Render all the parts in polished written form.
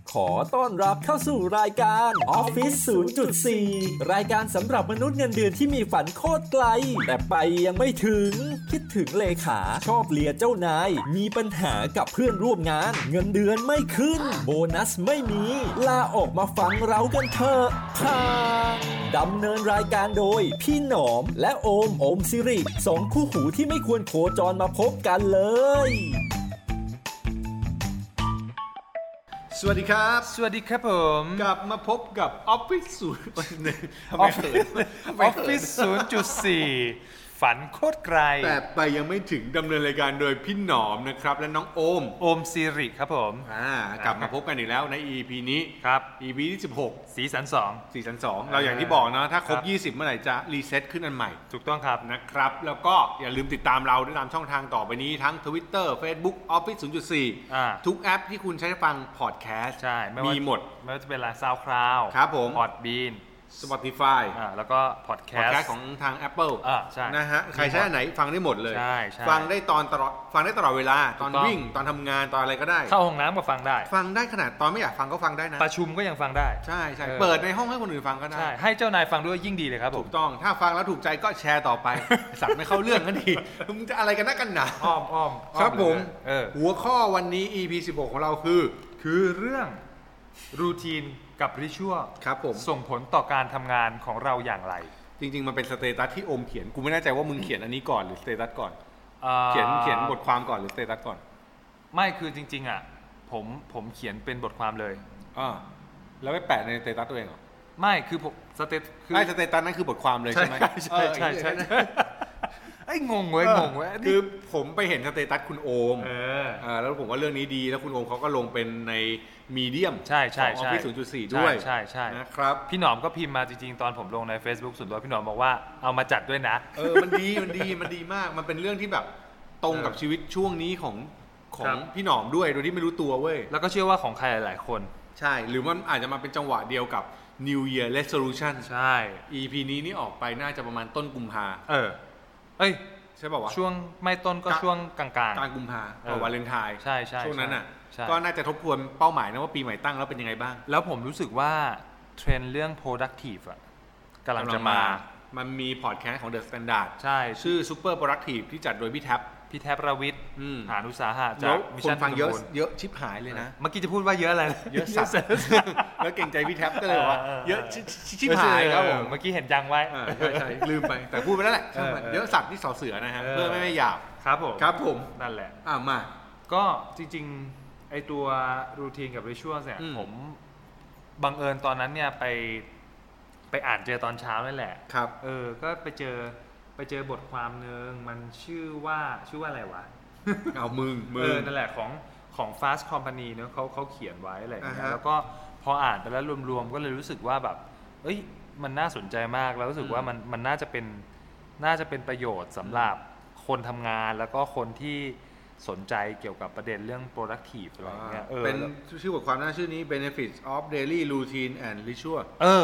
ขอต้อนรับเข้าสู่รายการ Office 0.4 รายการสำหรับมนุษย์เงินเดือนที่มีฝันโคตรไกลแต่ไปยังไม่ถึงคิดถึงเลขาชอบเลียเจ้านายมีปัญหากับเพื่อนร่วมงานเงินเดือนไม่ขึ้นโบนัสไม่มีลาออกมาฟังเรากันเถอะค่ะดำเนินรายการโดยพี่หนอมและโอมสิริสองคู่หูที่ไม่ควรโคจรมาพบกันเลยสวัสดีครับสวัสดีครับผมกลับมาพบกับ Office 0.4 ฝันโคตรไกลแต่ไปยังไม่ถึงดำเนินรายการโดยพี่หนอมนะครับและน้องโอมสิริครับผมกลับมาพบกันอีกแล้วใน EP นี้ครับ EP ที่16 ซีซั่น2 เราอย่างที่บอกนะถ้าครบ20เมื่อไหร่จะรีเซ็ตขึ้นอันใหม่ถูกต้องครับนะครับแล้วก็อย่าลืมติดตามเราได้ตามช่องทางต่อไปนี้ทั้ง Twitter Facebook Office 0.4 ทุกแอปที่คุณใช้ฟังพอดแคสต์มีหมดไม่ว่าจะเป็นSoundCloud ครับผม Podbean Spotify แล้วก็พอดแคสต์ของทาง Apple ใช่นะฮะใครใช้อันไหนฟังได้หมดเลยฟังได้ตลอดเวลาตอนวิ่งตอนทำงานตอนอะไรก็ได้เข้าห้องน้ำก็ฟังได้ขนาดตอนไม่อยากฟังก็ฟังได้นะประชุมก็ยังฟังได้ใช่เปิดในห้องให้คนอื่นฟังก็ได้ใช่ให้เจ้านายฟังด้วยยิ่งดีเลยครับถูกต้องถ้าฟังแล้วถูกใจก็แชร์ต่อไปสัตว์ไม่เข้าเรื่องกันดีมึงจะอะไรกันนักกันหนาอ้อมครับผมหัวข้อวันนี้ EP 16ของเราคือเรื่องรูทีนกับริชวลครับผมส่งผลต่อการทำงานของเราอย่างไรจริงๆมันเป็นสเตตัสที่โอมเขียนกูไม่แน่ใจว่ามึงเขียนอันนี้ก่อนหรือสเตตัสก่อนเขียนบทความก่อนหรือสเตตัสก่อนไม่คือจริงๆอ่ะผมเขียนเป็นบทความเลยแล้วไปแปะในสเตตัสตัวเองเหรอไม่คือผมสเตตัสนั่นคือบทความเลยใช่ไหมใช่ไอ้งงเว้ยคือผมไปเห็นสเตตัสคุณโอมแล้วผมว่าเรื่องนี้ดีแล้วคุณโอมเขาก็ลงเป็นในมีเดียมของ Office 0.4 ด้วยใช่นะครับพี่หนอมก็พิมพ์มาจริงๆตอนผมลงใน Facebook ส่วนตัวพี่หนอมบอกว่าเอามาจัดด้วยนะมันดีมากมันเป็นเรื่องที่แบบตรงกับชีวิตช่วงนี้ของพี่หนอมด้วยโดยที่ไม่รู้ตัวเว้ยแล้วก็เชื่อว่าของใครหลายๆคนใช่หรือมันอาจจะมาเป็นจังหวะเดียวกับ New Year Resolution ใช่ EP นี้นี่ออกไปน่าจะประมาณต้นกุมภาใช่ป่าววะช่วงไม่ต้นก็ช่วงกลางกุมภาพันธ์วาเลนไทน์ใช่ช่วงนั้นอ่ะก็น่าจะทบทวนเป้าหมายนะว่าปีใหม่ตั้งแล้วเป็นยังไงบ้างแล้วผมรู้สึกว่าเทรนด์เรื่อง productive อ่ะกำลังจะมามันมีพอดแคสต์ของ The Standard ใช่ชื่อ Super Productive ที่จัดโดยพี่แท็บประวิทย์หานุสาหะจากมิชชั่นฟังเยอะชิบหายเลยนะเมื่อกี้จะพูดว่าเยอะอะไรเยอะสัสแล้วเก่งใจพี่แท็บก็เลยว่าเยอะชิบหายครับผมเมื่อกี้เห็นยังไว้ใช่ลืมไปแต่พูดไปแล้วแหละเยอะสัตว์ที่สอเสือนะฮะเพื่อไม่หยาบครับผมนั่นแหละมาก็จริงๆไอตัวรูทีนกับริชวลเนี่ยผมบังเอิญตอนนั้นเนี่ยไปอ่านเจอตอนเช้านั่นแหละครับก็ไปเจอบทความนึงมันชื่อว่าอะไรวะเอามึงนั่นแหละของ Fast Company เนอะเขาเขียนไว้อะไรอย่างเงี้ยแล้วก็พออ่านไปแล้วรวมๆก็เลยรู้สึกว่าแบบมันน่าสนใจมากแล้วรู้สึกว่ามันน่าจะเป็นประโยชน์สำหรับคนทำงานแล้วก็คนที่สนใจเกี่ยวกับประเด็นเรื่อง productive อะไรอย่างเงี้ยเป็นชื่อบทความชื่อนี้ benefits of daily routine and ritual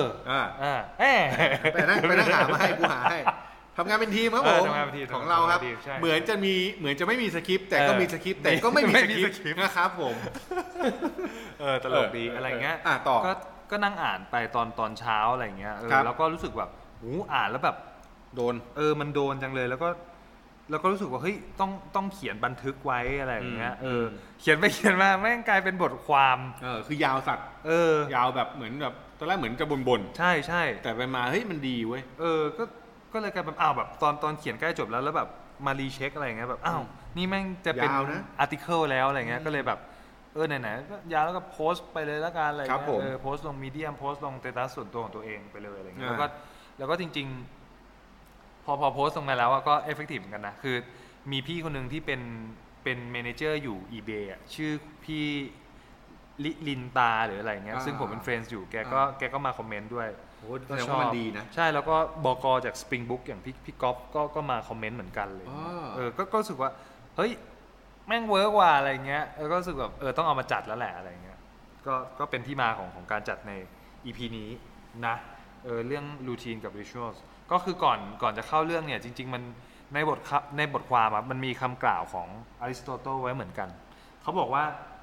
ไปนั่งหามาให้กูหาให้ทำงานเป็นทีมครับผมของเราครับเหมือนจะไม่มีสคริปต์แต่ก็มีสคริปต์แต่ก็ไม่มีสคริปต์นะครับผมตลกดีอะไรเงี้ยต่อก็นั่งอ่านไปตอนเช้าอะไรเงี้ยแล้วก็รู้สึกแบบอ่านแล้วแบบโดนมันโดนจังเลยแล้วก็รู้สึกว่าเฮ้ยต้องเขียนบันทึกไว้อะไรอย่างเงี้ยเขียนไปเขียนมาแม่งกลายเป็นบทความคือยาวสัตว์ยาวแบบเหมือนแบบตอนแรกเหมือนจะบ่นใช่แต่ไปมาเฮ้ยมันดีเว้ยก็เลยกลายเป็นแบบตอนเขียนใกล้จบแล้วแบบมารีเช็คอะไรอย่างเงี้ยแบบนี่แม่งจะเป็นอาร์ติเคิลแล้วอะไรเงี้ยก็เลยแบบไหนๆก็ยาวแล้วก็โพสต์ไปเลยแล้วกันอะไรเงี้ยโพสต์ลงมีเดียมโพสต์ลงสเตตัสส่วนตัวของตัวเองไปเลยอะไรเงี้ยแล้วก็จริงๆพอโพสต์ลงมาแล้วก็เอฟเฟกตีฟเหมือนกันนะคือมีพี่คนนึงที่เป็นเมเนเจอร์อยู่ eBay อ่ะชื่อพี่ลินตาหรืออะไรเงี้ยซึ่งผมเป็นเฟรนด์อยู่แกก็มาคอมเมนต์ด้วยก็ชอบมันดีนะใช่แล้วก็บก.จาก Spring Book อย่างพี่ก๊อฟก็มาคอมเมนต์เหมือนกันเลยก็รู้สึกว่าเฮ้ยแม่งเวิร์กว่ะอะไรเงี้ยก็รู้สึกแบบต้องเอามาจัดแล้วแหละอะไรเงี้ยก็เป็นที่มาของการจัดใน EP นี้นะเรื่อง routine กับ rituals ก็คือก่อนจะเข้าเรื่องเนี่ยจริงๆมันในบทความมันมีคำกล่าวของอริสโตเติลไว้เหมือนกันเขาบอกว่า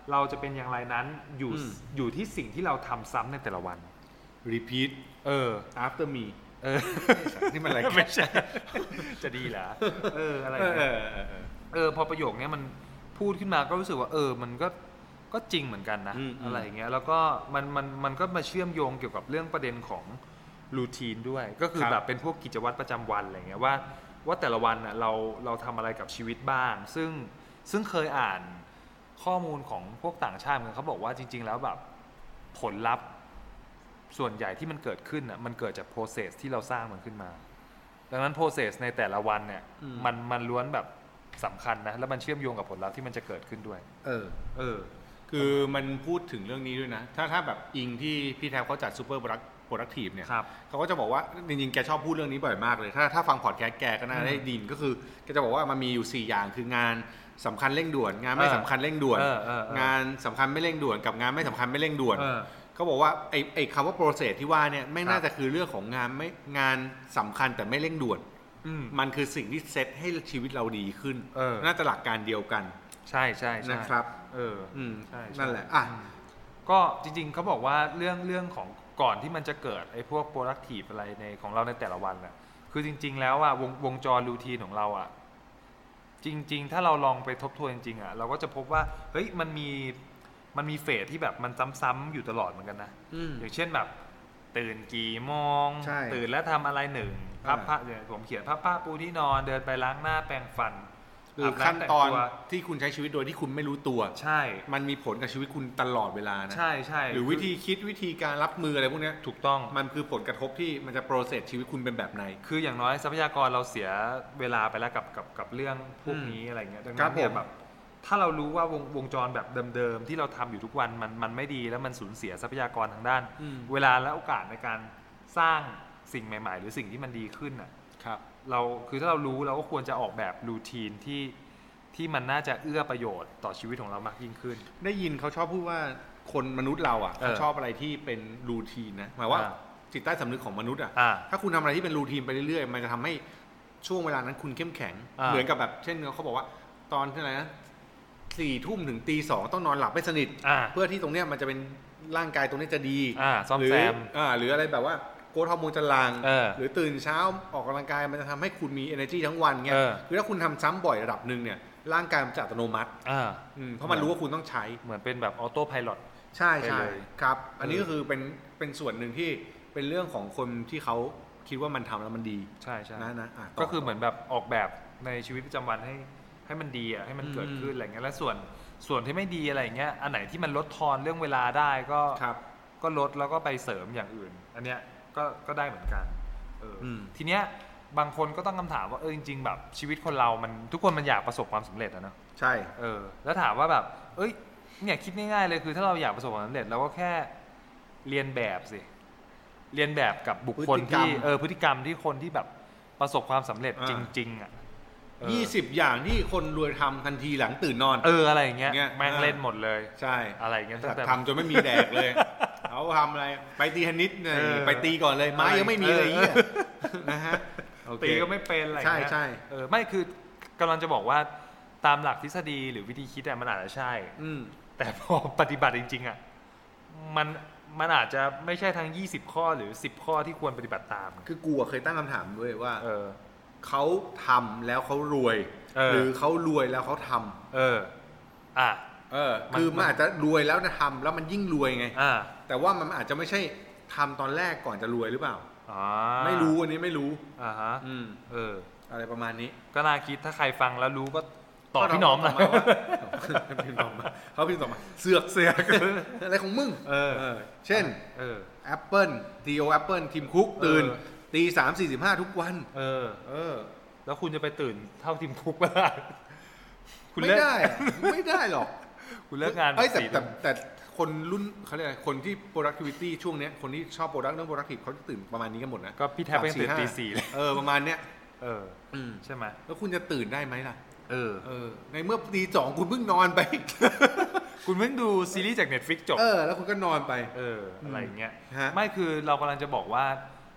เราจะเป็นอย่างไรนั้นอยู่ที่สิ่งที่เราทำซ้ำในแต่ละวัน repeat after me นี่มันอะไรไม่ใช่จะดีเหรออะไรพอประโยคนี้มันพูดขึ้นมาก็รู้สึกว่ามันก็จริงเหมือนกันนะอะไรอย่างเงี้ยแล้วก็มันก็มาเชื่อมโยงเกี่ยวกับเรื่องประเด็นของรูทีนด้วยก็คือแบบเป็นพวกกิจวัตรประจำวันอะไรเงี้ยว่าแต่ละวันน่ะเราทำอะไรกับชีวิตบ้างซึ่งเคยอ่านข้อมูลของพวกต่างชาติเหมือนเขาบอกว่าจริงๆแล้วแบบผลลัพธ์ส่วนใหญ่ที่มันเกิดขึ้นน่ะมันเกิดจาก process ที่เราสร้างมันขึ้นมาดังนั้น process ในแต่ละวันเนี่ยมันล้วนแบบสำคัญนะแล้วมันเชื่อมโยงกับผลลัพธ์ที่มันจะเกิดขึ้นด้วยคือมันพูดถึงเรื่องนี้ด้วยนะถ้าแบบอิงที่พี่แทบเขาจัด super productive เนี่ยเขาก็จะบอกว่าจริงๆแกชอบพูดเรื่องนี้บ่อยมากเลยถ้าฟังพอดแคสต์แกก็น่าได้ดินก็คือแกจะบอกว่ามันมีอยู่4อย่างคืองานสำคัญเร่งด่วนงานไม่สำคัญเร่งด่วนงานสำคัญไม่เร่งด่วนกับงานไม่สำคัญไม่เร่งด่วนเขาบอกว่าไอ้คำว่า process ที่ว่าเนี่ยไม่น่าจะคือเรื่องของงานสำคัญแต่ไม่เร่งด่วนมันคือสิ่งที่เซตให้ชีวิตเราดีขึ้นน่าจะหลักการเดียวกันใช่ใช่นะครับนั่นแหละก็จริงๆเขาบอกว่าเรื่องของก่อนที่มันจะเกิดไอ้พวก productive อะไรในของเราในแต่ละวันน่ะคือจริงๆแล้วอ่ะวงจรรูทีนของเราอ่ะจริงๆถ้าเราลองไปทบทวนจริงๆอ่ะเราก็จะพบว่าเฮ้ยมันมีเฟสที่แบบมันซ้ำๆอยู่ตลอดเหมือนกันนะอย่างเช่นแบบตื่นกี่โมงตื่นแล้วทำอะไรหนึ่งพับผ้าผมเขียนพับผ้าปูที่นอนเดินไปล้างหน้าแปรงฟันคือขั้นตอนที่คุณใช้ชีวิตโดยที่คุณไม่รู้ตัวใช่มันมีผลกับชีวิตคุณตลอดเวลานะใช่ใช่หรือวิธีคิดวิธีการรับมืออะไรพวกนี้ถูกต้องมันคือผลกระทบที่มันจะโปรเซสชีวิตคุณเป็นแบบไหนคืออย่างน้อยทรัพยากรเราเสียเวลาไปแล้วกับเรื่องพวกนี้อะไรเงี้ยดังนั้นเนี่ยแบบถ้าเรารู้ว่าวงจรแบบเดิมๆที่เราทำอยู่ทุกวันมันไม่ดีแล้วมันสูญเสียทรัพยากรทางด้านเวลาและโอกาสในการสร้างสิ่งใหม่ๆหรือสิ่งที่มันดีขึ้นอ่ะเราคือถ้าเรารู้เราก็ควรจะออกแบบรูทีนที่มันน่าจะเอื้อประโยชน์ต่อชีวิตของเรามากยิ่งขึ้นได้ยินเขาชอบพูดว่าคนมนุษย์เราอ่ะเขาชอบอะไรที่เป็นรูทีนนะหมายว่าจิตใต้สำนึกของมนุษย์อ่ะถ้าคุณทำอะไรที่เป็นรูทีนไปเรื่อยๆมันจะทำให้ช่วงเวลานั้นคุณเข้มแข็งเหมือนกับแบบเช่นเขาบอกว่าตอนที่ไหนนะ4 ทุ่มถึงตี 2ต้องนอนหลับให้สนิทเพื่อที่ตรงเนี้ยมันจะเป็นร่างกายตรงนี้จะดีซ่อมแซมหรืออะไรแบบว่าโกรทฮอร์โมนจะหลั่งหรือตื่นเช้าออกกำลังกายมันจะทำให้คุณมี energy ทั้งวันเงี้ยคือถ้าคุณทำซ้ำบ่อยระดับนึงเนี่ยร่างกายมันจะอัตโนมัติเพราะมันรู้ว่าคุณต้องใช้เหมือนเป็นแบบออโต้ไพลอตใช่ใช่ครับอันนี้ก็คือเป็นส่วนหนึ่งที่เป็นเรื่องของคนที่เขาคิดว่ามันทำแล้วมันดีใช่ใช่นะก็คือเหมือนแบบออกแบบในชีวิตประจำวันให้มันดีอ่ะให้มันเกิดขึ้นอะไรเงี้ยแล้วส่วนที่ไม่ดีอะไรเงี้ยอันไหนที่มันลดทอนเรื่องเวลาได้ก็ลดแล้วก็ไปเสริมอย่างอื่นอันเนี้ยก็ได้เหมือนกันทีเนี้ยบางคนก็ต้องคำถามว่าจริงๆแบบชีวิตคนเรามันทุกคนมันอยากประสบความสำเร็จนะเนาะใช่แล้วถามว่าแบบเนี่ยคิดง่ายๆเลยคือถ้าเราอยากประสบความสำเร็จเราก็แค่เรียนแบบสิเรียนแบบกับบุคคลที่พฤติกรรมที่คนที่แบบประสบความสำเร็จจริงๆอ่ะ 20 อย่างที่คนรวยทำทันทีหลังตื่นนอนอะไรอย่างเงี้ยแม่งเล่นหมดเลยใช่อะไรอย่างเงี้ยทำจนไม่มีแดกเลยเขาทำอะไรไปตีเทนนิสไปตีก่อนเลยไม้ยังไม่มีเลยนะฮะตีก็ไม่เป็นอะไรใช่ใช่ไม่คือกำลังจะบอกว่าตามหลักทฤษฎีหรือวิธีคิดมันอาจจะใช่แต่พอปฏิบัติจริงๆอ่ะมันอาจจะไม่ใช่ทั้ง20 ข้อหรือ10 ข้อที่ควรปฏิบัติตามคือกูเคยตั้งคำถามด้วยว่าเขาทำแล้วเขารวยหรือเขารวยแล้วเขาทำคือมันอาจจะรวยแล้วทำแล้วมันยิ่งรวยไงแต่ว่ามันอาจจะไม่ใช่ทำตอนแรกก่อนจะรวยหรือเปล่าไม่รู้อันนี้ไม่รู้อะไรประมาณนี้ก็น่าคิดถ้าใครฟังแล้วรู้ก็ตอบพี่น้องนะเขาพิมพ์ต่อมาเสือกอะไรของมึงเช่นApple CEO Apple ทีมคุกตื่นตี 3:45 ทุกวันแล้วคุณจะไปตื่นเท่าทีมคุกไม่ได้ไม่ได้หรอกคุณเลิกงานแต่คนรุ่นเขาเรียกอะไรคนที่ productivity ช่วงนี้คนที่ชอบ product เรื่อง productive เขาจะตื่นประมาณนี้กันหมดนะก็พี่แทบเป็นตื่นตี 4เลยประมาณเนี้ยใช่ไหมแล้วคุณจะตื่นได้ไหมล่ะในเมื่อตี 2คุณเพิ่งนอนไปคุณเพิ่งดูซีรีส์จาก Netflix จบแล้วคุณก็นอนไปอะไรอย่างเงี้ยไม่คือเรากำลังจะบอกว่า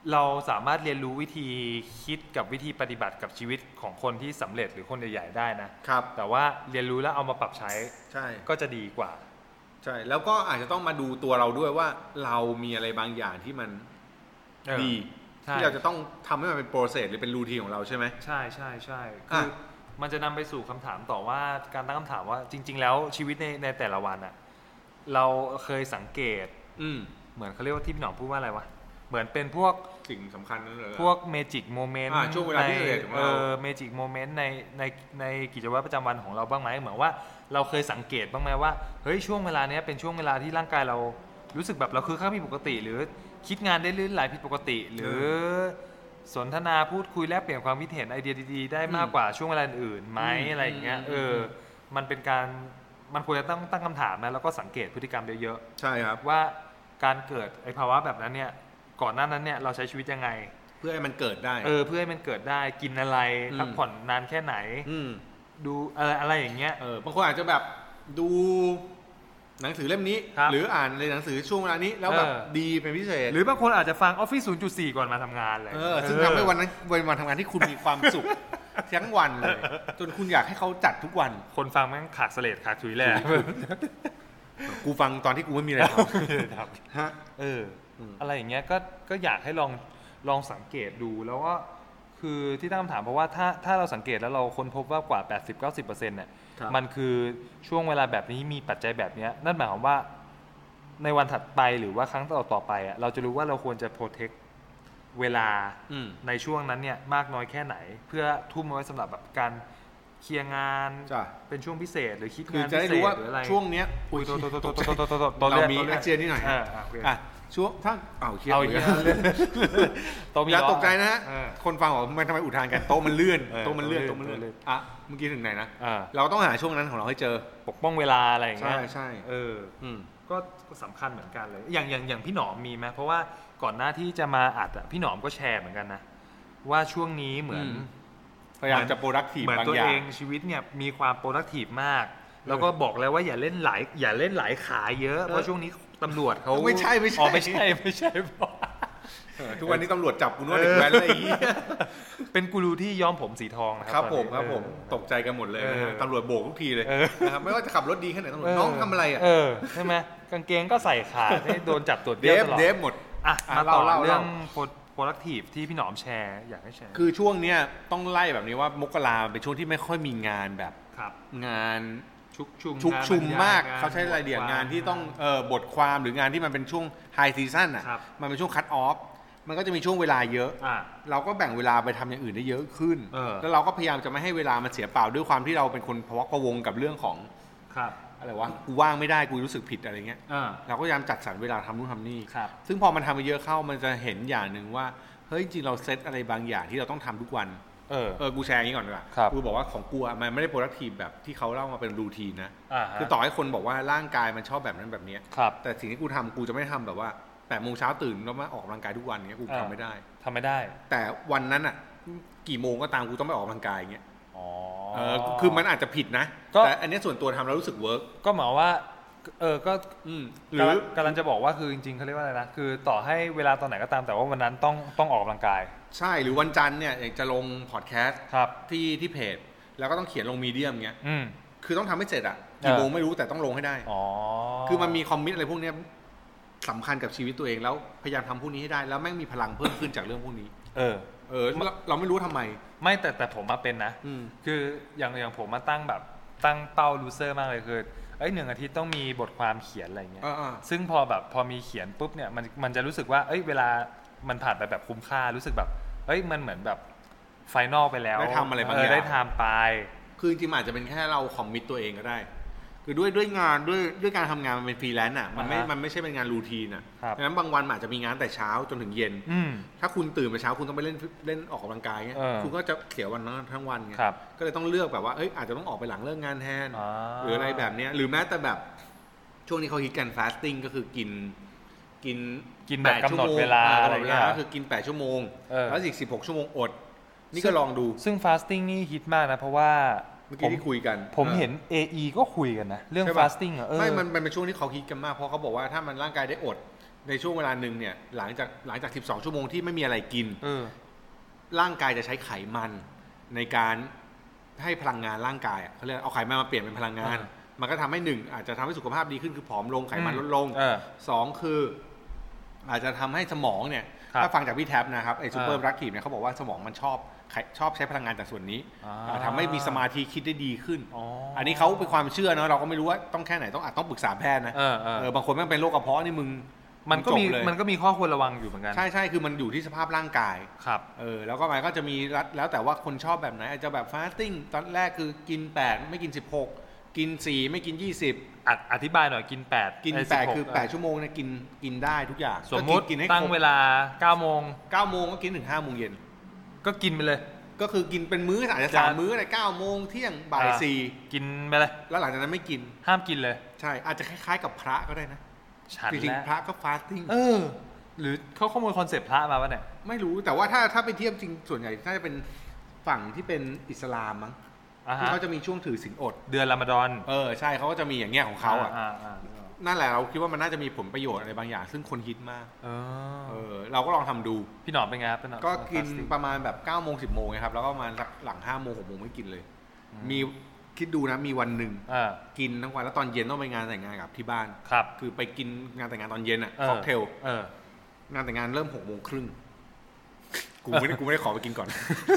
เราสามารถเรียนรู้วิธีคิดกับวิธีปฏิบัติกับชีวิตของคนที่สำเร็จหรือคนใหญ่ๆได้นะครับแต่ว่าเรียนรู้แล้วเอามาปรับใช้ใช่ก็จะดีกว่าใช่แล้วก็อาจจะต้องมาดูตัวเราด้วยว่าเรามีอะไรบางอย่างที่มันดีที่เราจะต้องทำให้มันเป็นโปรเซสหรือเป็นรูทีนของเราใช่ไหมใช่ใช่ใช่คือมันจะนำไปสู่คำถามต่อว่าการตั้งคำถามว่าจริงๆแล้วชีวิตในแต่ละวันอะเราเคยสังเกตเหมือนเขาเรียกว่าที่พี่หนอมพูดว่าอะไรวะเหมือนเป็นพวกสิ่งสำคัญนั่นเลยพวกเมจิกโมเมนต์ช่วงเวลาพิเศษของเราเมจิกโมเมนต์ในกิจวัตรประจำวันของเราบ้างไหมเหมือนว่าเราเคยสังเกตบ้างไหมว่าเฮ้ยช่วงเวลานี้เป็นช่วงเวลาที่ร่างกายเรารู้สึกแบบเราคือข้างผิดปกติหรือคิดงานได้ลื่นไหลผิดปกติหรือสนทนาพูดคุยแลกเปลี่ยนความคิดเห็นไอเดียดีๆได้มากกว่าช่วงเวลาอื่นไหมอะไรอย่างเงี้ยมันเป็นการมันควรจะตั้งคำถามนะแล้วก็สังเกตพฤติกรรมเยอะๆใช่ครับว่าการเกิดไอ้ภาวะแบบนั้นเนี่ยก่อนหน้านั้นเนี่ยเราใช้ชีวิตยังไงเพื่อให้มันเกิดได้เพื่อให้มันเกิดได้กินอะไรพักผ่อนนานแค่ไหนดูอะไรอย่างเงี้ยบางคนอาจจะแบบดูหนังสือเล่มนี้หรืออ่านในหนังสือช่วงเวลานี้แล้วแบบดีเป็นพิเศษหรือบางคนอาจจะฟัง Office 0.4 ก่อนมาทำงานเลยซึ่งทำให้วันนั้นวันทำงานที่คุณมีความสุขทั้งวันเลยจนคุณอยากให้เขาจัดทุกวันคนฟังแม่งขากเสลดขากถุยแหละกูฟังตอนที่กูไม่มีอะไรทำฮะอะไรอย่างเงี้ยก็อยากให้ลองสังเกตดูแล้วว่าคือที่ตั้งคำถามเพราะว่าถ้าเราสังเกตแล้วเราค้นพบว่ากว่า 80-90% เนี่ยมันคือช่วงเวลาแบบนี้มีปัจจัยแบบนี้นั่นหมายความว่าในวันถัดไปหรือว่าครั้งต่อไปอ่ะเราจะรู้ว่าเราควรจะ protect เวลาในช่วงนั้นเนี่ยมากน้อยแค่ไหนเพื่อทุ่มไว้สำหรับแบบการเคลียร์งานเป็นช่วงพิเศษหรือคิดงานพิเศษหรืออะไรช่วงเนี้ยเรามีอาเจียนนิดหน่อยช่วงถ้าเคลียร์อย่าตกใจนะฮะคนฟังบอกมันทำไมอุทานกันโต๊ะมันเลื่อนเมื่อกี้ถึงไหนนะเราต้องหาช่วงนั้นของเราให้เจอปกป้องเวลาอะไรอย่างเงี้ยใช่ก็สำคัญเหมือนกันเลยอย่างพี่หนอมมีไหมเพราะว่าก่อนหน้าที่จะมาอัดพี่หนอมก็แชร์เหมือนกันนะว่าช่วงนี้เหมือนพยายามจะ productive บางอย่างเหมือนตัวเองชีวิตเนี่ยมีความ productive มากแล้วก็บอกแล้วว่าอย่าเล่นหลายขาเยอะเพราะช่วงนี้ตำรวจเขาไม่ใช่ทุกวันนี้ตำรวจจับกูว่าเด็กแว้นอะไรอย่างงี้เป็นกูรูที่ย้อมผมสีทองนะครับผมตกใจกันหมดเลยตำรวจโบกทุกทีเลยนะครับไม่ว่าจะขับรถดีแค่ไหนตำรวจน้องทำอะไรใช่ไหมกางเกงก็ใส่ขาดโดนจับตรวจเบี้ยตลอดเดฟหมดมาต่อเรื่องproductive ที่พี่หนอมแชร์อยากให้แชร์คือช่วงเนี้ยต้องไล่แบบนี้ว่ามกราเป็นช่วงที่ไม่ค่อยมีงานแบบงานชุกชุมมากเขาใช้รายละเอียดงานที่ต้องบทความหรืองานที่มันเป็นช่วงไฮซีซั่นอ่ะมันเป็นช่วงคัตออฟมันก็จะมีช่วงเวลาเยอะเราก็แบ่งเวลาไปทำอย่างอื่นได้เยอะขึ้นแล้วเราก็พยายามจะไม่ให้เวลามันเสียเปล่าด้วยความที่เราเป็นคนพะวงกับเรื่องของอะไรวะกูว่างไม่ได้กูรู้สึกผิดอะไรเงี้ยเราก็พยายามจัดสรรเวลาทำนู่นทำนี่ซึ่งพอมันทำไปเยอะเข้ามันจะเห็นอย่างนึงว่าเฮ้ยจริงเราเซตอะไรบางอย่างที่เราต้องทำทุกวันกูแชร์อย่างนี้ก่อนดีกว่ากูบอกว่าของกูมันไม่ได้ productive แบบที่เขาเล่ามาเป็นรูทีนนะคือต่อให้คนบอกว่าร่างกายมันชอบแบบนั้นแบบนี้แต่สิ่งที่กูทำกูจะไม่ทำแบบว่า8 โมงเช้าตื่นแล้วมาออกกำลังกายทุกวันเงี้ยกูทำไม่ได้แต่วันนั้นอ่ะกี่โมงก็ตามกูต้องไปออกกำลังกายเงี้ยคือมันอาจจะผิดนะแต่อันนี้ส่วนตัวทำแล้วรู้สึกเวิร์กก็หมายว่าก็หรือกำลังจะบอกว่าคือจริงๆเขาเรียกว่าอะไรนะคือต่อให้เวลาตอนไหนก็ตามแต่ว่าวันนั้นต้องออกกำลังกายใช่หรือวันจันทร์เนี่ยอยากจะลงพอดแคสต์ที่เพจแล้วก็ต้องเขียนลงมีเดียมเงี้ยคือต้องทำให้เสร็จอ่ะกี่โมงไม่รู้แต่ต้องลงให้ได้คือมันมีคอมมิตอะไรพวกนี้สำคัญกับชีวิตตัวเองแล้วพยายามทำพวกนี้ให้ได้แล้วแม่งมีพลังเพิ่มขึ้นจากเรื่องพวกนี้เราไม่รู้ทำไมไม่แต่ผมมาเป็นนะคืออย่างผมมาตั้งเป้าลูเซอร์มากเลยคือ1 อาทิตย์ต้องมีบทความเขียนอะไรเงี้ยซึ่งพอมีเขียนปุ๊บเนี่ยมันจะรู้สึกว่าเวลามันผ่านไปแบบคุ้มค่ารู้สึกแบบมันเหมือนแบบไฟนอลไปแล้วได้ทำอะไรบางอย่างได้ทำไปคือจริงๆอาจจะเป็นแค่เราคอมมิตตัวเองก็ได้คือด้วยงานด้วยการทำงานมันเป็นฟรีแลนซ์อ่ะมันไม่ใช่เป็นงานรูทีนอ่ะดังนั้นบางวันอาจจะมีงานแต่เช้าจนถึงเย็นถ้าคุณตื่นมาเช้าคุณต้องไปเล่นออกกำลังกายเงี้ยคุณก็จะเสียวันนั้นทั้งวันไงก็เลยต้องเลือกแบบว่าอาจจะต้องออกไปหลังเลิกงานแทนหรืออะไรแบบนี้หรือแม้แต่แบบช่วงนี้เขาฮิตกันฟาสติ้งก็คือกินแบบกำหนดเวลาอะไรเงี้ยก็คือกิน8 ชั่วโมงแล้วอีก16 ชั่วโมงอดนี่ก็ลองดูซึ่งฟาสติ้งนี่ฮิตมากนะเพราะว่าเมื่อกี้ที่คุยกันผมเห็น AE ก็คุยกันนะเรื่อง fasting ไม่มันเป็นช่วงที่เขาคิดกันมากเพราะเขาบอกว่าถ้ามันร่างกายได้อดในช่วงเวลาหนึ่งเนี่ยหลังจาก12ชั่วโมงที่ไม่มีอะไรกินร่างกายจะใช้ไขมันในการให้พลังงานร่างกายเขาเรียกเอาไขมันมาเปลี่ยนเป็นพลังงานมันก็ทำให้1อาจจะทำให้สุขภาพดีขึ้นคือผอมลงไขมันลดลง2คืออาจจะทำให้สมองเนี่ยถ้าฟังจากพี่แท็บนะครับไอ้ซูเปอร์โปรดักทีฟเนี่ยเขาบอกว่าสมองมันชอบใช้พลังงานจากส่วนนี้ทำให้มีสมาธิคิดได้ดีขึ้นอันนี้เขาเป็นความเชื่อเนาะเราก็ไม่รู้ว่าต้องแค่ไหนต้องปรึกษาแพทย์นะบางคนมันเป็นโรคกระเพาะนี่มึงมันก็มีข้อควรระวังอยู่เหมือนกันใช่คือมันอยู่ที่สภาพร่างกายครับแล้วก็มันก็จะมีแล้วแต่ว่าคนชอบแบบไหนอาจจะแบบฟาสติ้งตอนแรกคือกิน8ไม่กิน16กิน4ไม่กิน20 อธิบายหน่อยกิน8 คือ8ชั่วโมงเนี่ยกินได้ทุกอย่างสมมติตั้งเวลา 9 โมงก็กินถึง 5 โมงเย็นก็กินไปเลยก็คือกินเป็นมื้ออาจจะ3มื้ออะไร9 โมงเที่ยงบ่าย4 กินไปเลยแล้วหลังจากนั้นไม่กินห้ามกินเลยใช่อาจจะคล้ายๆกับพระก็ได้นะจริงๆพระก็ฟาสติ้งหรือเขาขโมยคอนเซปต์พระมาป่ะเนี่ยไม่รู้แต่ว่าถ้าไปเทียบจริงส่วนใหญ่น่าจะเป็นฝั่งที่เป็นอิสลามมั้งที่เขาจะมีช่วงถือศีลอดเดือนรอมฎอนใช่เขาก็จะมีอย่างเงี้ยของเขานั่นแหละเราคิดว่ามันน่าจะมีผลประโยชน์อะไรบางอย่างซึ่งคนฮิตมากเราก็ลองทำดูพี่หนอมเป็นไงครับก็กินประมาณแบบ9 โมง 10 โมงครับแล้วก็มาหลัง5 โมง 6 โมงไม่กินเลยมีคิดดูนะมีวันหนึ่งกินทั้งวันแล้วตอนเย็นต้องไปงานแต่งงานกับที่บ้านคือไปกินงานแต่งงานตอนเย็นค็อกเทลงานแต่งงานเริ่ม6 โมงครึ่งกูไม่ได้ขอไปกินก่อน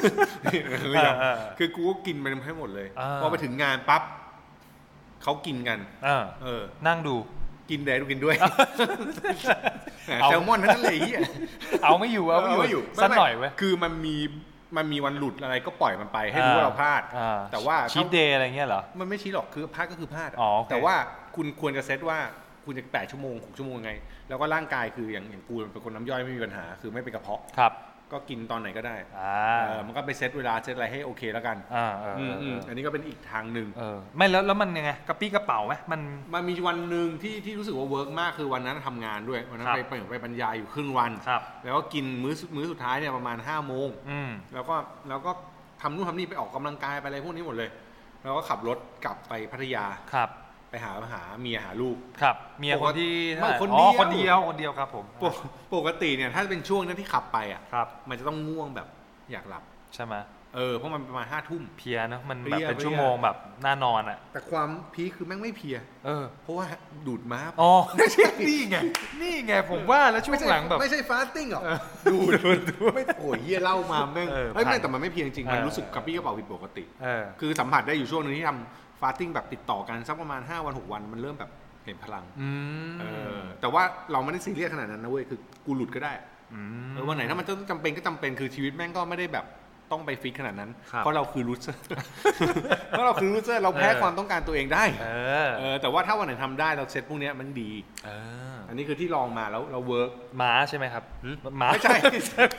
คือกูก็กินไปให้หมดเลยพอไปถึงงานปั๊บเขากินกันนั่งดูกินได้ดูกินด้วยแซลมอนทั้งนั้นเลยเอาไม่อยู่สักหน่อยเว้ยคือมันมีวันหลุดอะไรก็ปล่อยมันไปให้รู้ว่าเราพลาดแต่ว่าชีทเดย์อะไรเงี้ยเหรอมันไม่ชีทหรอกคือพลาดก็คือพลาดแต่ว่าคุณควรจะเซตว่าคุณจะ8 ชั่วโมง 6 ชั่วโมงไงแล้วก็ร่างกายคืออย่างกูเป็นคนน้ำย่อยไม่มีปัญหาคือไม่เป็นกระเพาะครับก็กินตอนไหนก็ได้มันก็ไปเซตเวลาเซตอะไรให้โอเคแล้วกันอันนี้ก็เป็นอีกทางหนึ่งไม่แล้วมันยังไงกระปี้กระเป๋าไหมมันมีวันหนึ่งที่รู้สึกว่าเวิร์กมากคือวันนั้นทำงานด้วยวันนั้นไปบรรยายอยู่ครึ่งวันแล้วก็กินมื้อสุดท้ายเนี่ยประมาณ5 โมงแล้วก็ทำนู่นทำนี่ไปออกกำลังกายไปอะไรพวกนี้หมดเลยแล้วก็ขับรถกลับไปพัทยาไปหาเมียหาลูกครับเมียคนที่คนเดียวครับผมปกติเนี่ยถ้าเป็นช่วงนั้นที่ขับไปมันจะต้องง่วงแบบอยากหลับใช่ไหมเพราะมันประมาณ5 ทุ่มเพลียเนาะมันแบบเป็นชั่วโมงแบบน่านอนแต่ความพีคคือแม่งไม่เพลียเพราะว่าดูดม้านี่ไงผมว่าแล้วช่วงหลังแบบไม่ใช่ฟาสติ้งหรอดูดไม่โอ้ยเหี้ยเล่ามาแม่งไม่แต่มันไม่เพลียจริงมันรู้สึกกระปี้กระเป๋าผิดปกติคือสัมผัสได้อยู่ช่วงนึงที่ทำฟาสติ้งแบบติดต่อกันสักประมาณ5 วัน 6 วันมันเริ่มแบบเห็นพลังแต่ว่าเราไม่ได้ซีเรียสขนาดนั้นนะเว้ยคือกูหลุดก็ได้วันไหนถ้ามันจำเป็นก็จำเป็นคือชีวิตแม่งก็ไม่ได้แบบต้องไปฟิกขนาดนั้นเพราะเราคือลูเซอร์เราแพ้ความต้องการตัวเองได้แต่ว่าถ้าวันไหนทำได้เราเซตพวกนี้มันดีอันนี้คือที่ลองมาแล้วเราเวิร์กม้าใช่ไหมครับม้าไม่ใช่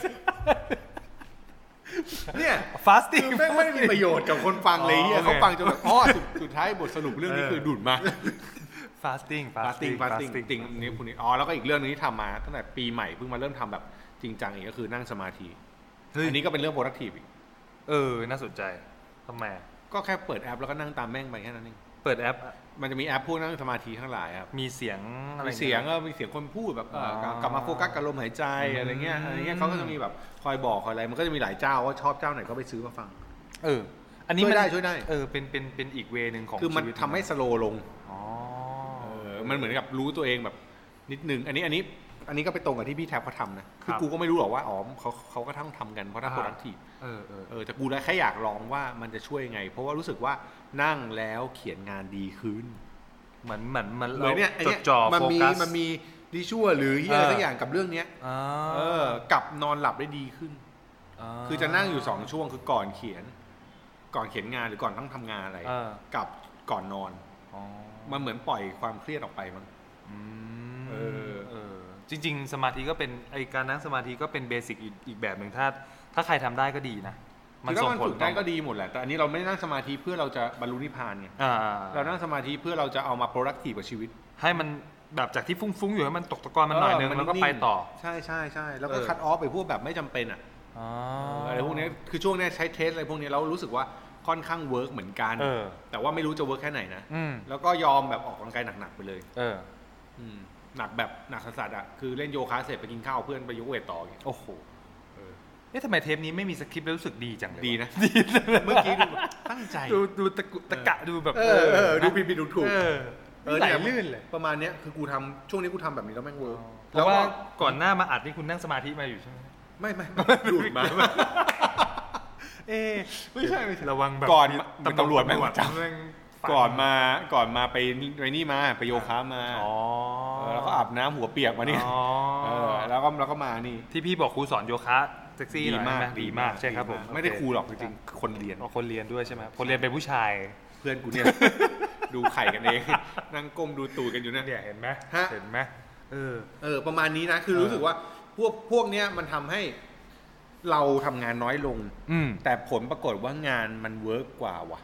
เนี่ยฟาสติ้งไม่มีประโยชน์กับคนฟังเลยเขาฟังจนแบบสุดท้ายบทสรุปเรื่องนี้คือดูดมาฟาสติ้งจริงนี่พวกนี้แล้วก็อีกเรื่องนึงที่ทำมาตั้งแต่ปีใหม่เพิ่งมาเริ่มทำแบบจริงจังอีกก็คือนั่งสมาธิอันนี้ก็เป็นเรื่อง productive อีกน่าสนใจทำไมก็แค่เปิดแอปแล้วก็นั่งตามแม่งไปแค่นั้นเองเปิดแอปมันจะมีแอปพวกนั่งสมาธิทั้งหลายครับมีเสียงอะไรมีเสียงคนพูดแบบกลับมาโฟกัสกับลมหายใจอะไรเงี้ยเขาก็จะมีแบบคอยบอกคอยอะไรมันก็จะมีหลายเจ้าว่าชอบเจ้าไหนก็ไปซื้อมาฟังอันนี้ช่วยได้เป็นอีกเวนึงของคือมันทำให้สโลว์ลงมันเหมือนกับรู้ตัวเองแบบนิดนึงอันนี้ก็ไปตรงกับที่พี่แท็บเขาทำนะคือกูก็ไม่รู้หรอกว่าเขาก็ทำกันเพราะถ้า productive แต่กูแค่อยากลองว่ามันจะช่วยยังไงเพราะว่ารู้สึกว่านั่งแล้วเขียนงานดีขึ้นเหมือนเราจดจ่อโฟกัสมันมีดิชั่วหรืออะไรสักอย่างกับเรื่องนี้กับนอนหลับได้ดีขึ้นคือจะนั่งอยู่2 ช่วงคือก่อนเขียนงานหรือก่อนต้องทำงานอะไรกับก่อนนอนมันเหมือนปล่อยความเครียดออกไปมั้งจริงๆสมาธิก็เป็นการนั่งสมาธิก็เป็นเบสิกอีกแบบหนึ่งถ้าใครทำได้ก็ดีนะมันส่งผลได้ก็ดีหมดแหละแต่อันนี้เราไม่ได้นั่งสมาธิเพื่อเราจะบรรลุนิพพานไงเรานั่งสมาธิเพื่อเราจะเอามา productive กับชีวิตให้มันแบบจากที่ฟุ้งๆอยู่ให้มันตกตะกอนมันหน่อยนึงแล้วก็ไปต่อใช่แล้วก็คัทออฟไปพวกแบบไม่จำเป็นอะไรพวกนี้คือช่วงนี้ใช้เทสอะไรพวกนี้เรารู้สึกว่าค่อนข้างเวิร์กเหมือนกันแต่ว่าไม่รู้จะเวิร์กแค่ไหนนะแล้วก็ยอมแบบออกกำลังกายหนักๆไปเลยหนักแบบหนักสัสๆอ่ะคือเล่นโยคะเสร็จไปกินข้าวเพื่อนไปยกเวทต่อโอ้โหทำไมเทปนี้ไม่มีสคริปต์แล้วรู้สึกดีจังเลยดีนะเมื่อกี้ดูตั้งใจดูตะกะดูแบบดูผิดดูถูกไหลลื่นเลยประมาณนี้คือกูทำช่วงนี้กูทำแบบนี้แล้วแม่งเวิร์กแล้วว่าก่อนหน้ามาอัดนี่คุณนั่งสมาธิมาอยู่ใช่ไหมไม่ดูดมาไม่ใช่ระวังแบบก่อนตำรวจไม่จับก่อนมาไปนี่มาไปโยคะมาแล้วก็อาบน้ำหัวเปียกมานี่แล้วก็มานี่ที่พี่บอกครูสอนโยคะเซ็กซี่หน่อยดีมากใช่ครับผมไม่ได้ครูหรอกจริงๆคนเรียนด้วยใช่ไหมคนเรียนเป็นผู้ชายเพื่อนกูเนี่ยดูไข่กันเองนั่งก้มดูตูดกันอยู่เนี่ยเห็นไหมประมาณนี้นะคือรู้สึกว่าพวกเนี้ยมันทำให้เราทำงานน้อยลงแต่ผลปรากฏว่างานมันเวิร์กกว่าว่ะ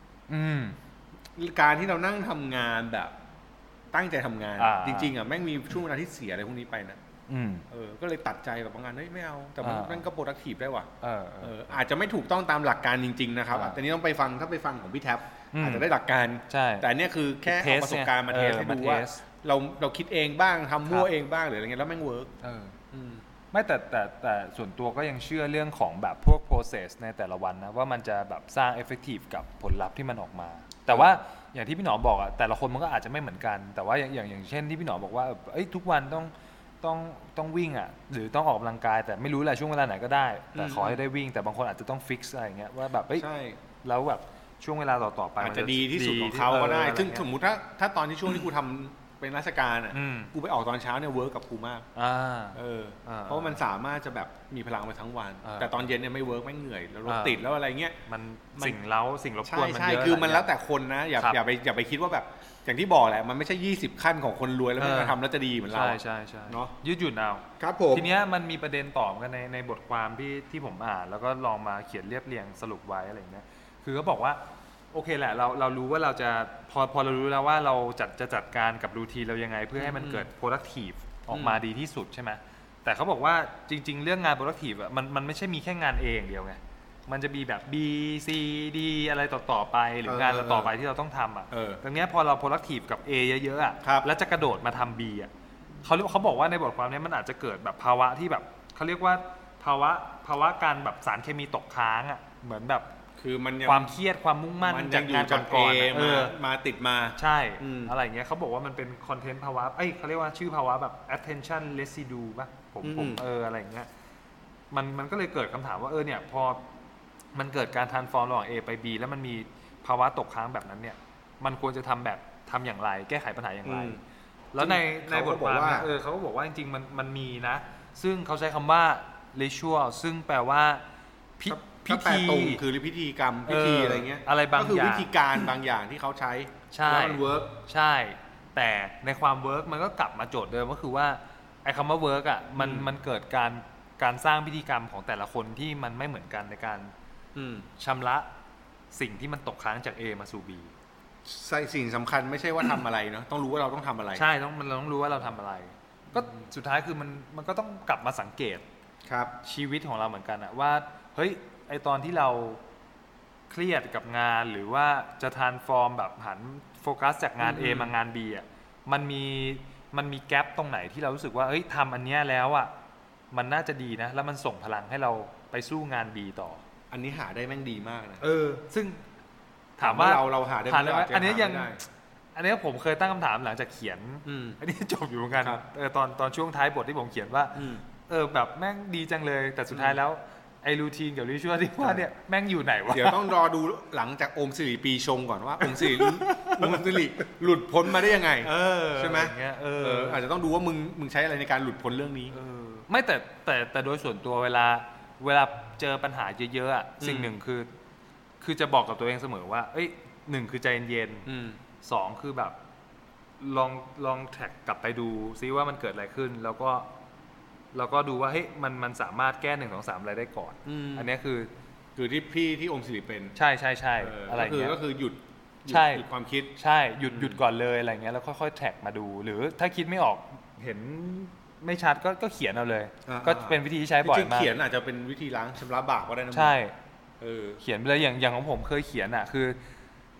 การที่เรานั่งทำงานแบบตั้งใจทำงานจริงๆอ่ะแม่งมีช่วงเวลาที่เสียอะไรพวกนี้ไปนะก็เลยตัดใจแบบบางงานไม่เอาแต่มันก็ productive ได้ว่ะอาจจะไม่ถูกต้องตามหลักการจริงๆนะครับแต่นี้ต้องไปฟังถ้าไปฟังของพี่แท็บอาจจะได้หลักการแต่เนี่ยคือแค่เอาประสบการณ์มาเทสให้ดูว่าเราคิดเองบ้างทำมั่วเองบ้างหรืออะไรเงี้ยแล้วแม่งเวิร์กไม่แต่ส่วนตัวก็ยังเชื่อเรื่องของแบบพวก process ในแต่ละวันนะว่ามันจะแบบสร้าง effective กับผลลัพธ์ที่มันออกมาแต่ว่าอย่างที่พี่หนอบอกอะแต่ละคนมันก็อาจจะไม่เหมือนกันแต่ว่าอย่างเช่นที่พี่หนอบอกว่าทุกวันต้องวิ่งอะหรือต้องออกกำลังกายแต่ไม่รู้แหละช่วงเวลาไหนก็ได้แต่ขอให้ได้วิ่งแต่บางคนอาจจะต้อง fix อะไรอย่างเงี้ยว่าแบบแล้วแบบช่วงเวลาต่อๆไปอาจจะดีที่สุดของเขาก็ได้ซึ่งสมมติถ้าตอนที่ช่วงที่กูทำเป็นราชการอ่ะกูไปออกตอนเช้าเนี่ยเวิร์กกับกูมากเพราะมันสามารถจะแบบมีพลังไปทั้งวันแต่ตอนเย็นเนี่ยไม่เวิร์กไม่เหนื่อยแล้วรถติดแล้วอะไรเงี้ยมันสิ่งรบกวนมันเยอะใช่คือมันแล้วแต่คนนะอย่าไปคิดว่าแบบอย่างที่บอกแหละมันไม่ใช่20ขั้นของคนรวยแล้วมันทำแล้วจะดีเหมือนเราใช่เนาะยืดหยุ่นเอาครับผมทีเนี้ยมันมีประเด็นต่อกันในบทความที่ผมอ่านแล้วก็ลองมาเขียนเรียบเรียงสรุปไว้อะไรเงี้ยคือเขาบอกว่าโอเคแหละเรารู้ว่าเราจะพอเรารู้แล้วว่าเราจะจัดการกับรูทีนเรายังไงเพื่อให้มันเกิด productive ออกมาดีที่สุดใช่ไหมแต่เขาบอกว่าจริงๆเรื่องงาน productive อ่ะมันไม่ใช่มีแค่งาน A อย่างเดียวไงมันจะมีแบบ B C D อะไรต่อไปหรืองานต่อไปที่เราต้องทำอ่ะตรงนี้พอเรา productive กับ A เยอะๆอ่ะแล้วจะกระโดดมาทำ B อ่ะเขาบอกว่าในบทความนี้มันอาจจะเกิดแบบภาวะที่แบบเขาเรียกว่าภาวะการแบบสารเคมีตกค้างอ่ะเหมือนแบบคือมันความเครียดความมุ่งมั่นจากงานก่อนมาติดมาใช่อะไรอย่างเงี้ยเขาบอกว่ามันเป็นคอนเทนต์ภาวะเขาเรียกว่าชื่อภาวะแบบ attention residue ป่ะผมอะไรอย่างเงี้ยมันก็เลยเกิดคำถามว่าเนี่ยพอมันเกิดการ transform ระหว่าง A ไป B แล้วมันมีภาวะตกค้างแบบนั้นเนี่ยมันควรจะทำอย่างไรแก้ไขปัญหาอย่างไรแล้วในบทความเขาก็บอกว่าจริงๆมันมีนะซึ่งเขาใช้คำว่า ritual ซึ่งแปลว่าพิธีคือพิธีกรรมพิธีอะไรเงี้ยอะไรบางอย่างก็คือวิธีการบางอย่างที่เขาใช้แล้วมันเวิร์กใช่แต่ในความเวิร์กมันก็กลับมาโจทย์เดิมก็คือว่าไอ้คำว่าเวิร์กอ่ะมันเกิดการสร้างพิธีกรรมของแต่ละคนที่มันไม่เหมือนกันในการชำระสิ่งที่มันตกค้างจาก A มาสู่ B สิ่งสำคัญไม่ใช่ว่าทำอะไรเนาะต้องรู้ว่าเราต้องทำอะไรใช่เราต้องรู้ว่าเราทำอะไรก็สุดท้ายคือมันก็ต้องกลับมาสังเกตชีวิตของเราเหมือนกันอะว่าเฮ้ยไอตอนที่เราเครียดกับงานหรือว่าจะทรานส์ฟอร์มแบบหันโฟกัสจากงาน A มางาน B อ่ะมันมีแกลบตรงไหนที่เรารู้สึกว่าเฮ้ยทำอันเนี้ยแล้วอ่ะมันน่าจะดีนะแล้วมันส่งพลังให้เราไปสู้งาน B ต่ออันนี้หาได้แม่งดีมากนะซึ่งถามว่าเราหาได้อันนี้ยังอันนี้ผมเคยตั้งคำถามหลังจากเขียนอันนี้จบอยู่เหมือนกันตอนช่วงท้ายบทที่ผมเขียนว่าแบบแม่งดีจังเลยแต่สุดท้ายแล้วไอ้รูทีนกับริชวลที่ว่าเนี่ยแม่งอยู่ไหนวะเดี๋ยวต้องรอดูหลังจากองค์สิริปีชงก่อนว่าองค์สิริหลุดพ้นมาได้ยังไงใช่ไหมอาจจะต้องดูว่ามึงใช้อะไรในการหลุดพ้นเรื่องนี้ไม่แต่โดยส่วนตัวเวลาเจอปัญหาเยอะๆอ่ะสิ่งหนึ่งคือจะบอกกับตัวเองเสมอว่าหนึ่งคือใจเย็นสองคือแบบลองแท็กกลับไปดูซิว่ามันเกิดอะไรขึ้นแล้วก็ดูว่าเฮ้ยมันสามารถแก้1 2 3อะไรได้ก่อนอันนี้คือที่องค์สิริเป็นใช่อะไรเงี้ยก็คือหยุดความคิดใช่หยุดก่อนเลยอะไรเงี้ยแล้วค่อยๆแท็กมาดูหรือถ้าคิดไม่ออกเห็นไม่ชัดก็เขียนเอาเลยก็เป็นวิธีที่ใช้บ่อยมากเขียนอาจจะเป็นวิธีล้างชำระบาปก็ได้นะใช่เขียนไปเลยอย่างของผมเคยเขียนอ่ะคือ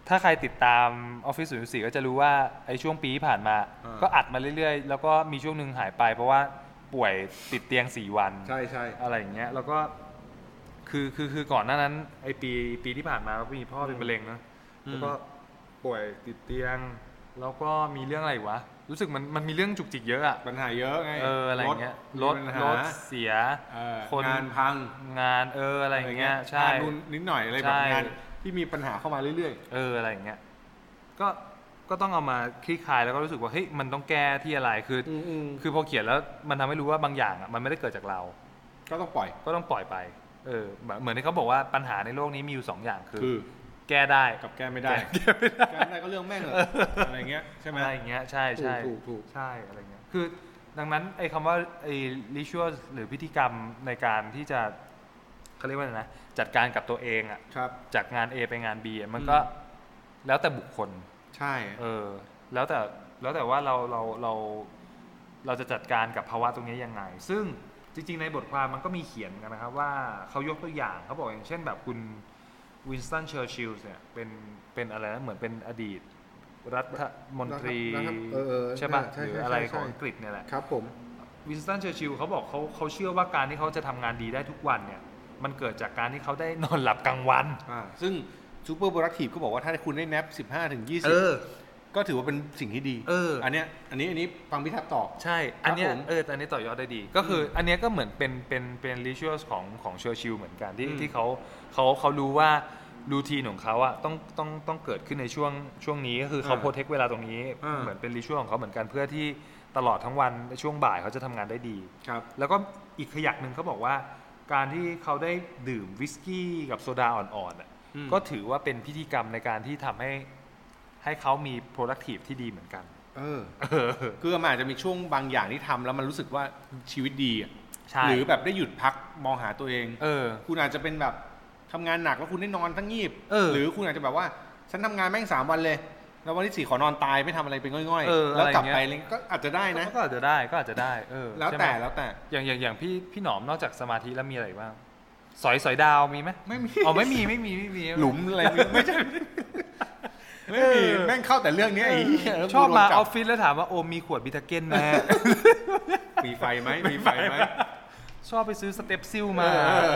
ถ้าใครติดตาม Office 0.4 ก็จะรู้ว่าไอ้ช่วงปีที่ผ่านมาก็อัดมาเรื่อยๆแล้วก็มีช่วงนึงหายไปเพราะว่าป่วยติดเตียง4 วันใช่ๆอะไรอย่างเงี้ยแล้วก็คือก่อนหน้านั้นไอ้ปีที่ผ่านมาก็มีพ่อเป็นมะเร็งนะแล้วก็ป่วยติดเตียงแล้วก็มีเรื่องอะไรวะรู้สึกมันมีเรื่องจุกจิกเยอะอะปัญหาเยอะไงอะไรเงี้ยรถเสียคนงานพังงานอะไรอย่างเงี้ยใช่นิดหน่อยอะไรแบบงานที่มีปัญหาเข้ามาเรื่อยๆอะไรอย่างเงี้ยก็ต้องเอามาคลี่คลายแล้วก็รู้สึกว่าเฮ้ยมันต้องแก้ที่อะไรคือพอเขียนแล้วมันทำให้รู้ว่าบางอย่างอ่ะมันไม่ได้เกิดจากเราก็ต้องปล่อยไปเหมือนที่เขาบอกว่าปัญหาในโลกนี้มีอยู่2อย่างคือแก้ได้กับแก้ไม่ได้แก้ไม่ได้ก็เรื่องแม่งอะไรเงี้ยใช่ไหมอะไรอย่างเงี้ยใช่ถูกใช่อะไรเงี้ยคือดังนั้นไอ้คำว่าไอ้ ritual หรือพิธีกรรมในการที่จะเขาเรียกว่าอะไรนะจัดการกับตัวเองอ่ะจากงาน A ไปงาน B มันก็แล้วแต่บุคคลใช่แล้วแต่ว่าเราจะจัดการกับภาวะตรงนี้ยังไงซึ่งจริงๆในบทความมันก็มีเขียนกันนะครับว่าเขายกตัวอย่างเขาบอกอย่างเช่นแบบคุณวินสตันเชอร์ชิลส์เนี่ยเป็นอะไรนะเหมือนเป็นอดีตรัฐมนตรีใช่ป่ะหรืออะไรของอังกฤษเนี่ยแหละครับผมวินสตันเชอร์ชิลส์เขาบอกเขาเชื่อว่าการที่เขาจะทำงานดีได้ทุกวันเนี่ยมันเกิดจากการที่เขาได้นอนหลับกลางวันซึ่งซูเปอร์โปรดักทีฟก็บอกว่าถ้าคุณได้แนป 15-20ก็ถือว่าเป็นสิ่งที่ดีอันนี้ฟังพี่แทบตอบใช่อันนี้แต่อันนี้ต่อยอดได้ดีก็คืออันนี้ก็เหมือนเป็นริชวลของเชอร์ชิลเหมือนกันที่เขารู้ว่ารูทีนของเขาอะต้องเกิดขึ้นในช่วงนี้ก็คือเขาโปรเทคเวลาตรงนี้เหมือนเป็นริชวลของเขาเหมือนกันเพื่อที่ตลอดทั้งวันในช่วงบ่ายเขาจะทำงานได้ดีแล้วก็อีกขยักหนึ่งเขาบอกว่าการที่เขาได้ดื่มวิสกี้กับโซดาอ่อนๆก็ถือว่าเป็นพิธีกรรมในการที่ทำให้เขามี productive ที่ดีเหมือนกันคือมันอาจจะมีช่วงบางอย่างที่ทำแล้วมันรู้สึกว่าชีวิตดีหรือแบบได้หยุดพักมองหาตัวเองคุณอาจจะเป็นแบบทำงานหนักแล้วคุณได้นอนทั้งงีบหรือคุณอาจจะแบบว่าฉันทำงานแม่ง3 วันเลยแล้ววันที่4ขอนอนตายไม่ทำอะไรเป็นง่อยๆแล้วกลับไปก็อาจจะได้นะก็อาจจะได้แล้วแต่อย่างพี่หนอมนอกจากสมาธิแล้วมีอะไรบ้างสอยดาวมีไหมไม่มีไม่มีหลุมอะไรไม่ใช่ไม่มีแม่งเข้าแต่เรื่องนี้ไอ้ชอบมาออฟฟิศแล้วถามว่าโอมมีขวดบิทาเก้นไหมมีไฟไหมชอบไปซื้อสเต็ปซิลมา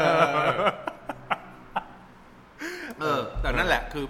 แต่นั่นแหละคือ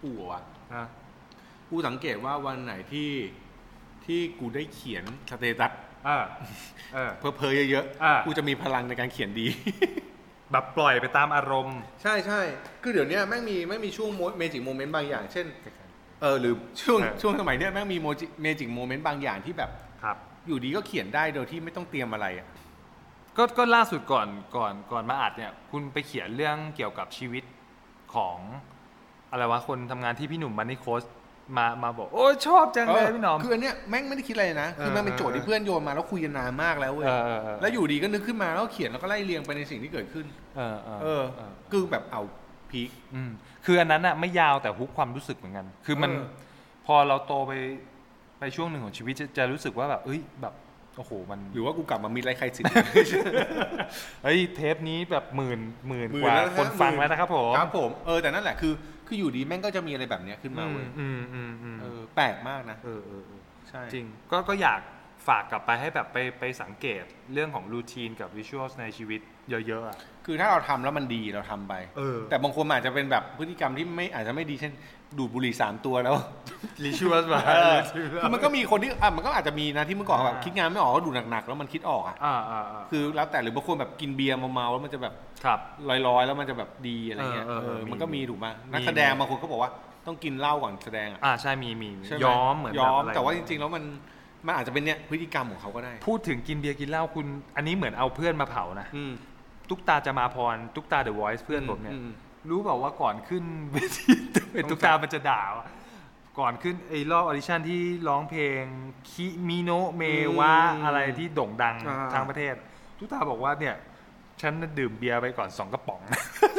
กูสังเกตว่าวันไหนที่กูได้เขียนสเตตัสเพ้อเยอะๆกูจะมีพลังในการเขียนดีแบบปล่อยไปตามอารมณ์ใช่คือเดี๋ยวนี้แม่งมีช่วงเมจิกโมเมนต์บางอย่างเช่นหรือช่วงสมัยเนี้ยแม่งมีเมจิกโมเมนต์บางอย่างที่แบบอยู่ดีก็เขียนได้โดยที่ไม่ต้องเตรียมอะไรก็ล่าสุดก่อนมาอัดเนี่ยคุณไปเขียนเรื่องเกี่ยวกับชีวิตของอะไรวะคนทำงานที่พี่หนุ่มมันนี่โค้ชมาบอกโอ้ชอบจังเลยพี่หนอมคืออันเนี้ยแม่งไม่ได้คิดอะไรนะคือมันเป็นโจทย์ที่เพื่อนโยนมาแล้วคุยกันนานมากแล้วเว้ยแล้วอยู่ดีก็นึกขึ้นมาแล้วเขียนแล้วก็ไล่เรียงไปในสิ่งที่เกิดขึ้นคือแบบเอาพีคคืออันนั้นอ่ะไม่ยาวแต่ฮุกความรู้สึกเหมือนกันคือมันพอเราโตไปช่วงหนึ่งของชีวิตจะรู้สึกว่าแบบแบบโอ้โหมันหรือว่ากูกลับมามีไรใครสิเทปนี้แบบหมื่นกว่าคนฟังแล้วนะครับผมแต่นั่นแหละคืออยู่ดีแม่งก็จะมีอะไรแบบเนี้ยขึ้นมาเว้ยแปลกมากนะใช่จริงก็อยากฝากกลับไปให้แบบไปสังเกตเรื่องของรูทีนกับวิชวลในชีวิตเยอะๆอ่ะคือถ้าเราทำแล้วมันดีเราทำไปแต่บางคนอาจจะเป็นแบบพฤติกรรมที่อาจจะไม่ดีเช่นดูดบุหรี่3 ตัวแล้วรีชวลมาคือมันก็มีคนที่มันก็อาจจะมีนะที่เมื่อก่อนแบบคิดงานไม่ออกก็ดูหนักๆแล้วมันคิดออกคือแล้วแต่หรือบางคนแบบกินเบียร์เมาๆแล้วมันจะแบบลอยๆแล้วมันจะแบบดีอะไรเงี้ยมันก็มีถูกไหมนักแสดงบางคนก็บอกว่าต้องกินเหล้าก่อนแสดงใช่มีย้อมเหมือนแต่ว่าจริงๆแล้วมันอาจจะเป็นเนี่ยพฤติกรรมของเขาก็ได้พูดถึงกินเบียร์กินเหล้าคุณอันนี้เหมือนเอาเพื่อนมาเผานะตุ๊กตาจะมาพรตุ๊กตา The Voice เพื่อนผมเนี่ยรู้เปล่าว่าก่อนขึ้นเวทีตุ๊กตามันจะด่าก่อนขึ้นไอ้รอบออดิชั่นที่ร้องเพลงคิมิโนะเมวะอะไรที่โด่งดังทางประเทศตุ๊กตาบอกว่าเนี่ยฉันดื่มเบียร์ไปก่อน2 กระป๋อง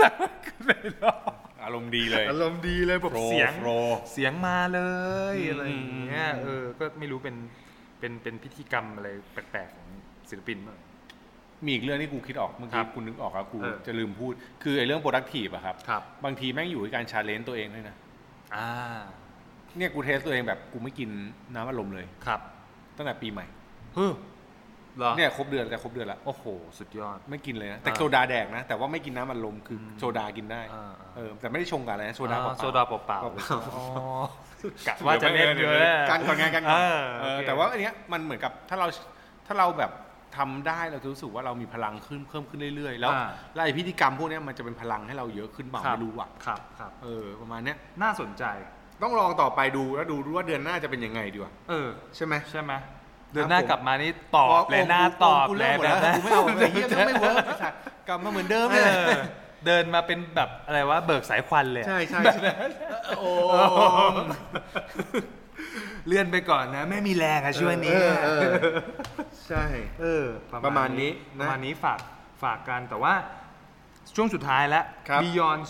อารมณ์ดีเลยแบบเสียงมาเลยอะไรอย่างเงี้ยก็ไม่รู้เป็นพิธีกรรมอะไรแปลกๆของศิลปินมั้งมีอีกเรื่องที่กูคิดออกเมื่อกี้คุณนึกออกแล้วกูจะลืมพูดคือไอ้เรื่อง productive อะครับบางทีแม่งอยู่ที่การ challenge ตัวเองด้วยนะเนี่ยกูเทสตัวเองแบบกูไม่กินน้ำอัดลมเลยครับตั้งแต่ปีใหม่เนี่ยครบเดือนแล้วโอ้โหสุดยอดไม่กินเลยนะแต่โซดาแดกนะแต่ว่าไม่กินน้ำอัดลมคือโซดากินได้แต่ไม่ได้ชงกับอะไรนะโซดาเปล่ากะว่าจะเล่นเยอะกันก่อนไงแต่ว่าอันเนี้ยมันเหมือนกับถ้าเราแบบทำได้เราจะรู้สึกว่าเรามีพลังขึ้นเพิ่มขึ้นเรื่อยๆแล้วไอ้พิธีกรรมพวกนี้มันจะเป็นพลังให้เราเยอะขึ้นบ้างไม่รู้อ่ะครับประมาณเนี้ยน่าสนใจต้องลองต่อไปดูแล้วดูว่าเดือนหน้าจะเป็นยังไงดีกว่าใช่ไหมเดือนหน้ากลับมานี่ตอบเลยหน้าตอบเลยแบบนั้นไม่เอาเลยไม่เวิร์กกลับมาเหมือนเดิมเลยเดินมาเป็นแบบอะไรวะเบิกสายควันเลยใช่โอ้เลื่อนไปก่อนนะไม่มีแรงอะช่วงนี้ใช่ประมาณนี้ฝากกันแต่ว่าช่วงสุดท้ายแล้ว Beyond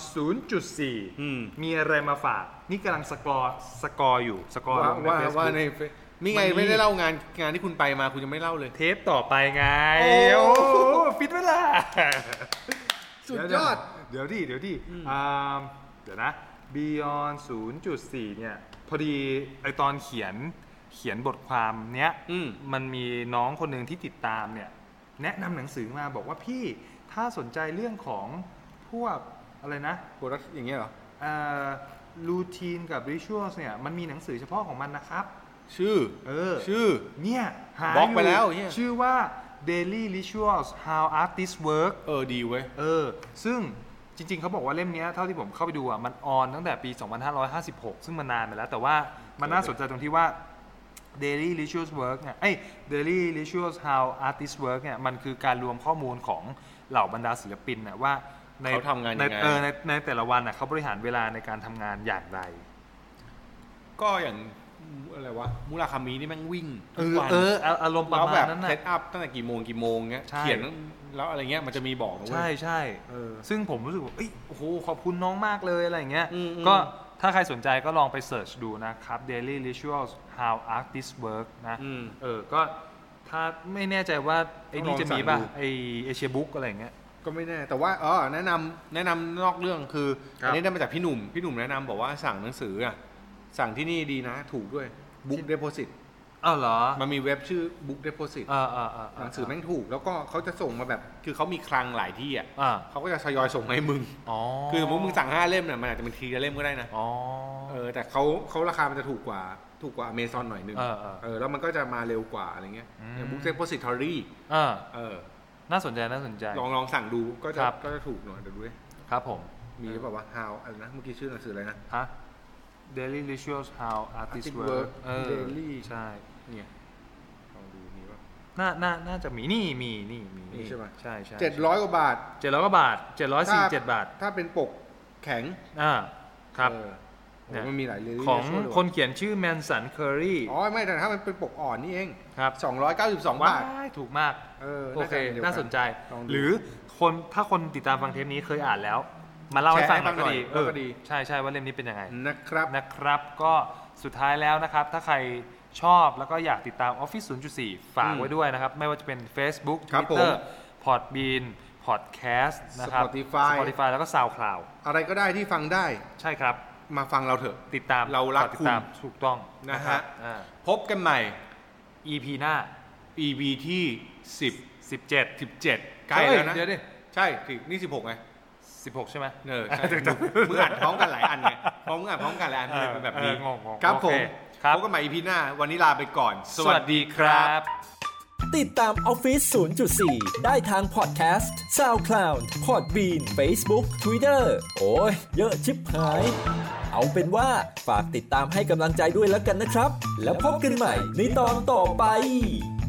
0.4 มีอะไรมาฝากนี่กำลังสกอร์อยู่สกอร์ว่าในมีไงไม่ได้เล่างานที่คุณไปมาคุณยังไม่เล่าเลยเทปต่อไปไงโอ้ฟิตเวลาสุดยอดเดี๋ยวดิเดี๋ยวนะ Beyond 0.4 เนี่ยพอดีไอตอนเขียนบทความเนี้ยมันมีน้องคนหนึ่งที่ติดตามเนี่ยแนะนำหนังสือมาบอกว่าพี่ถ้าสนใจเรื่องของพวกอะไรนะโปรดักอย่างเงี้ยเหรอรูทีนกับริชวลเนี่ยมันมีหนังสือเฉพาะของมันนะครับชื่อเนี่ยบล็อกไปแล้วชื่อว่า Daily Rituals How Artists Work ดีเว้ยซึ่งจริงๆเขาบอกว่าเล่มนี้เท่าที่ผมเข้าไปดูอ่ะมันออนตั้งแต่ปี 2556 ซึ่งมันนานไปแล้วแต่ว่ามันน่าสนใจตรงที่ว่า Daily Rituals Work เนี่ยDaily Rituals How Artists Work เนี่ยมันคือการรวมข้อมูลของเหล่าบรรดาศิลปินน่ะว่าเขาทำงานยังไงในแต่ละวันน่ะเขาบริหารเวลาในการทำงานอย่างไรก็อย่างอะไรวะมูราคามินี่แม่งวิ่งอารมณ์ประมาณนั้นนะเซตอัพตั้งแต่กี่โมงเงี้ยเขียนแล้วอะไรเงี้ยมันจะมีบอกใช่ซึ่งผมรู้สึกว่าโอ้โหขอบคุณน้องมากเลยอะไรเงี้ยก็ถ้าใครสนใจก็ลองไปเสิร์ชดูนะครับ Daily Rituals How Artists Work นะก็ถ้าไม่แน่ใจว่าไอ้นี่จะมีป่ะไอเอเชียบุ๊กอะไรเงี้ยก็ไม่แน่แต่ว่าแนะนำนอกเรื่องคืออันนี้ได้มาจากพี่หนุ่มแนะนำบอกว่าสั่งหนังสือสั่งที่นี่ดีนะถูกด้วย Book Deposit เหรอมันมีเว็บชื่อ Book Deposit หนังสือแม่งถูกแล้วก็เขาจะส่งมาแบบคือเขามีคลังหลายที่เขาก็จะทยอยส่งให้มึงคือสมมติมึงสั่ง5เล่มเนี่ยมันอาจจะเป็นทีละเล่มก็ได้นะแต่เขาราคามันจะถูกกว่า Amazon หน่อยนึงแล้วมันก็จะมาเร็วกว่าอะไรเงี้ย Book Depository น่าสนใจลองสั่งดูก็จะถูกหน่อยเดี๋ยวดูครับผมมีหรือเปล่าว่า How อะไรนะเมื่อกี้ชื่อหนังสืออะไรนะ Daily Rituals How Artists Work Daily ใช่เนี่ยลองดูมีป่ะน่าจะมีนี่ใช่ป่ะใช่ 700 กว่าบาท 747 บาทถ้าเป็นปกแข็งครับมันมีหลายของคนเขียนชื่อแมนสันเคอรี่ไม่แต่ถ้ามันเป็นปกอ่อนนี่เองครับ 292 บาทถูกมากโอเคน่าสนใจหรือถ้าคนติดตามฟังเทปนี้เคยอ่านแล้วมาเล่าให้ฟังก็ดีใช่ว่าเล่มนี้เป็นยังไงนะครับก็สุดท้ายแล้วนะครับถ้าใครชอบแล้วก็อยากติดตาม Office 0.4 ฝากไว้ด้วยนะครับไม่ว่าจะเป็น Facebook Twitter Podbean Podcast นะครับ Spotify แล้วก็ SoundCloud อะไรก็ได้ที่ฟังได้ใช่ครับมาฟังเราเถอะติดตามเรารักคุณถูกต้องนะฮะพบกันใหม่ EP หน้า EP ที่17ใกล้แล้วนะเดี๋ยวดิใช่นี่16ไง 16ใช่ไหมใช่มึงอ่านพร้อมกันหลายอันไงพร้อมกันหลายอันเลยเป็นแบบนี้ครับผมพบกันใหม่ EP หน้าวันนี้ลาไปก่อนสวัสดีครับติดตาม Office 0.4 ได้ทาง Podcast SoundCloud Podbean Facebook Twitter โอ้ยเยอะชิบหายเอาเป็นว่าฝากติดตามให้กำลังใจด้วยแล้วกันนะครับแล้วพบกันใหม่ในตอนต่อไป